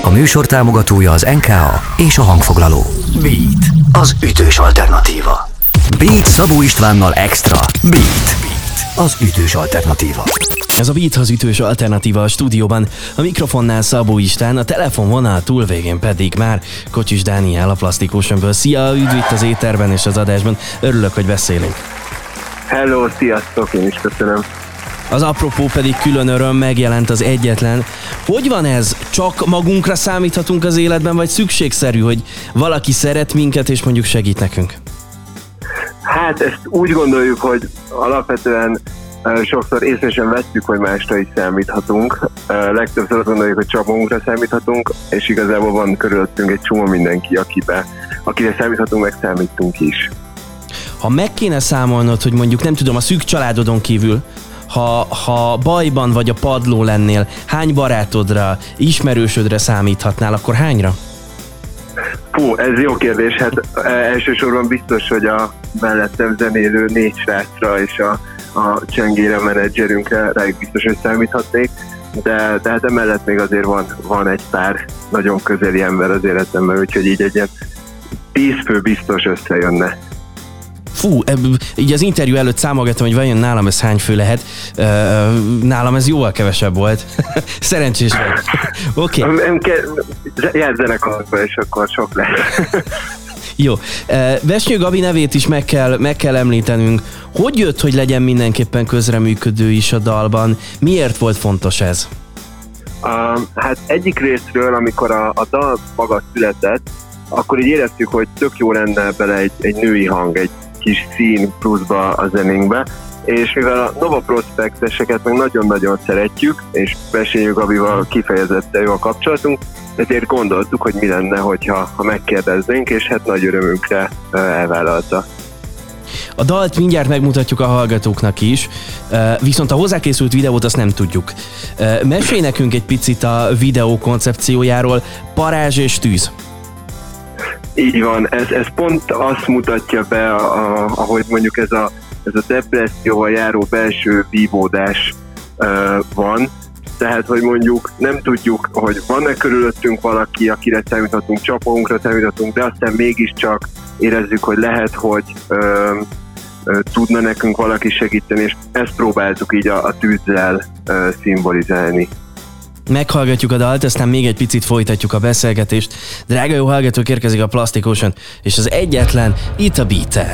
A műsor támogatója az NKA és a hangfoglaló. Beat, az ütős alternatíva. Beat Szabó Istvánnal extra. Beat, az ütős alternatíva. Ez a Beat, az ütős alternatíva a stúdióban. A mikrofonnál Szabó István, a telefonvonal túlvégén pedig már Kocsis Dániel a Plastic Oceanből. Szia, üdv itt az éterben és az adásban. Örülök, hogy beszélünk. Hello, sziasztok, én is köszönöm. Az apropó pedig külön öröm, megjelent az Egyetlen. Hogy van ez? Csak magunkra számíthatunk az életben, vagy szükségszerű, hogy valaki szeret minket és mondjuk segít nekünk? Hát ezt úgy gondoljuk, hogy alapvetően sokszor észre sem vettük, hogy másra is számíthatunk. Legtöbbször azt gondoljuk, hogy csak magunkra számíthatunk, és igazából van körülöttünk egy csomó mindenki, akire számíthatunk, meg számítunk is. Ha meg kéne számolnod, hogy mondjuk nem tudom, a szűk családodon kívül, ha bajban vagy a padló lennél, hány barátodra, ismerősödre számíthatnál, akkor hányra? Fú, ez jó kérdés. Hát elsősorban biztos, hogy a mellettem zenélő 4 srácra és a csengére, a menedzserünkre rájuk biztos, hogy számíthatnék, de hát emellett még azért van egy pár nagyon közeli ember az életemben, úgyhogy így egy ilyen 10 fő biztos összejönne. Fú, így az interjú előtt számolgattam, hogy vajon nálam ez hány fő lehet. Nálam ez jóval kevesebb volt. Szerencsés vagy. Oké. Jár zenekarba, és akkor sok lesz. Jó. Besnyő Gabi nevét is meg kell említenünk. Hogy jött, hogy legyen mindenképpen közreműködő is a dalban? Miért volt fontos ez? Hát egyik részről, amikor a dal maga született, akkor így éreztük, hogy tök jó lenne bele egy női hang, egy kis szín pluszba a zenénkbe, és mivel a Nova Prospecteseket meg nagyon-nagyon szeretjük, és Besnyő Gabival kifejezetten jó a kapcsolatunk, ezért gondoltuk, hogy mi lenne, ha megkérdeznénk, és hát nagy örömünkre elvállalta. A dalt mindjárt megmutatjuk a hallgatóknak is, viszont a hozzákészült videót azt nem tudjuk. Mesélj nekünk egy picit a videó koncepciójáról, parázs és tűz. Így van, ez pont azt mutatja be, ahogy mondjuk ez a depresszióval járó belső vívódás van. Tehát, hogy mondjuk nem tudjuk, hogy van-e körülöttünk valaki, akire számíthatunk, csak magunkra számíthatunk, de aztán mégiscsak érezzük, hogy lehet, hogy tudna nekünk valaki segíteni, és ezt próbáltuk így a tűzzel szimbolizálni. Meghallgatjuk a dalt, aztán még egy picit folytatjuk a beszélgetést. Drága jó hallgatók, érkezik a Plastic Ocean, és az Egyetlen itt a Beaten.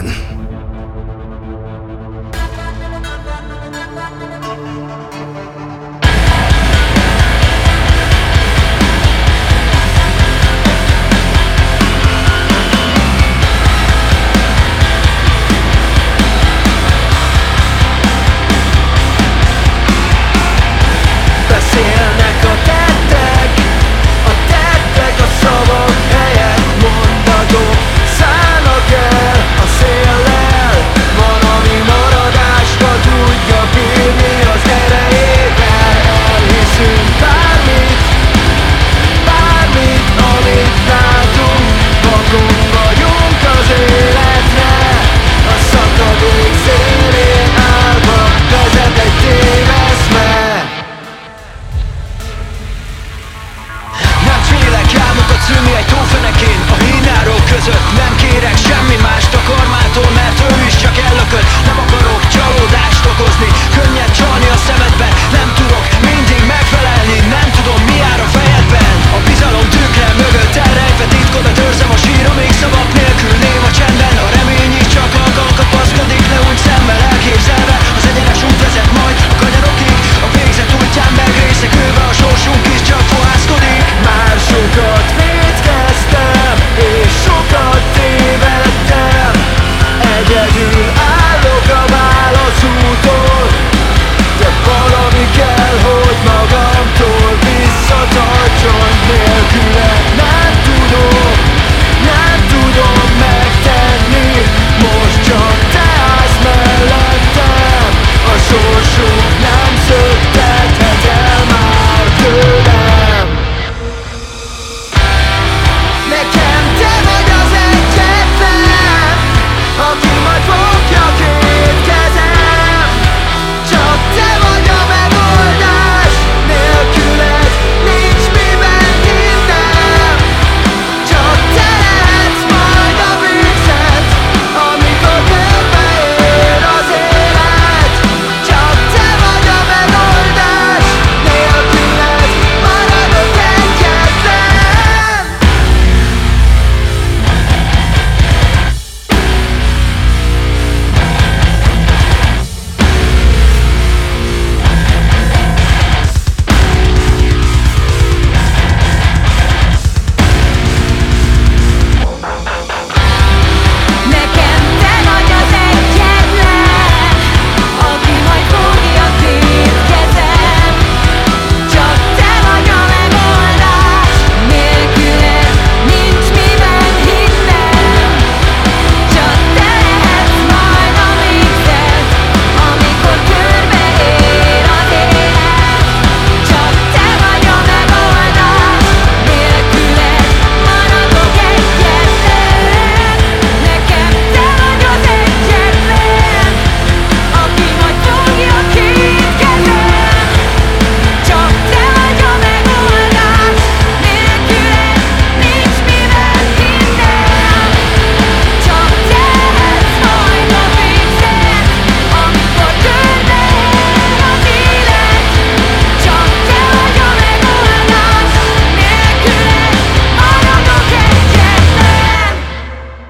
Szavak helyett mondadok, szállnak el a széllel.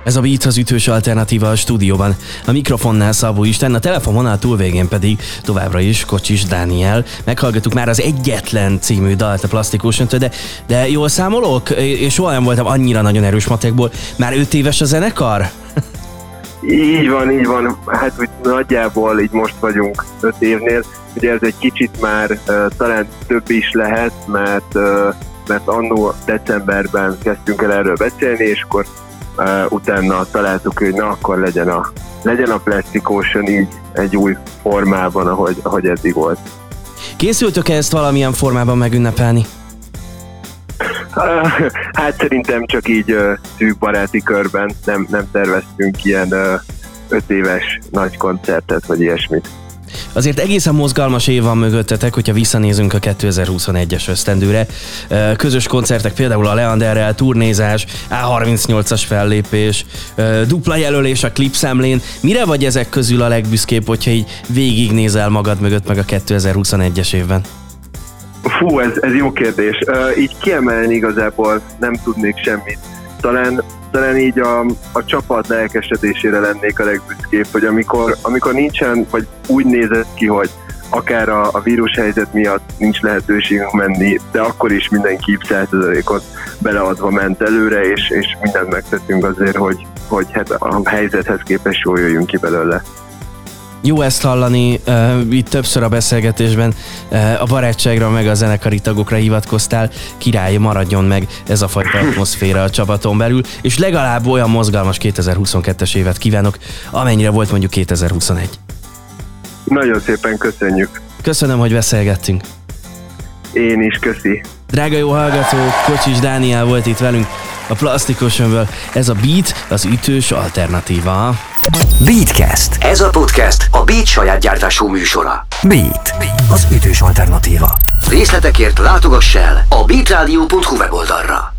Ez a Beat az ütős alternatíva a stúdióban. A mikrofonnál Szabó István, a telefonvonal túlvégén pedig továbbra is Kocsis Dániel. Meghallgattuk már az Egyetlen című dalt a Plastic Ocean-től, de jól számolok? És soha nem voltam annyira nagyon erős matekból. Már 5 éves a zenekar? Így van. Hát úgy nagyjából így most vagyunk 5 évnél. Ugye ez egy kicsit már talán több is lehet, mert annó decemberben kezdtünk el erről beszélni, és akkor utána találtuk, hogy na akkor legyen a Plastic Ocean így egy új formában, ahogy eddig volt. Készültök-e ezt valamilyen formában megünnepelni? Hát szerintem csak így szűk baráti körben, nem terveztünk ilyen 5 éves nagy koncertet, vagy ilyesmit. Azért egészen mozgalmas év van mögöttetek, hogyha visszanézünk a 2021-es esztendőre. Közös koncertek, például a Leanderrel, turnézás, A38-as fellépés, dupla jelölés a klipszemlén. Mire vagy ezek közül a legbüszkébb, hogyha így végignézel magad mögött meg a 2021-es évben? Fú, ez jó kérdés. Így kiemelni igazából nem tudnék semmit. Talán így a csapat lelkesedésére lennék a legbüszkébb, hogy amikor nincsen, vagy úgy nézett ki, hogy akár a vírushelyzet miatt nincs lehetőségünk menni, de akkor is mindenki 100%-ot beleadva ment előre, és mindent megtettünk azért, hogy hát a helyzethez képest jól jöjjünk ki belőle. Jó ezt hallani, itt többször a beszélgetésben a barátságra meg a zenekari tagokra hivatkoztál, király, maradjon meg ez a fajta atmoszféra a csapaton belül, és legalább olyan mozgalmas 2022-es évet kívánok, amennyire volt mondjuk 2021. Nagyon szépen köszönjük. Köszönöm, hogy beszélgettünk. Én is, köszi. Drága jó hallgató, Kocsis Dániel volt itt velünk a Plastic Oceanből. Ez a Beat az ütős alternatíva. Beatcast. Ez a podcast a Beat saját gyártású műsora. Beat, az ütős alternatíva. Részletekért látogass el a beatradio.hu weboldalra.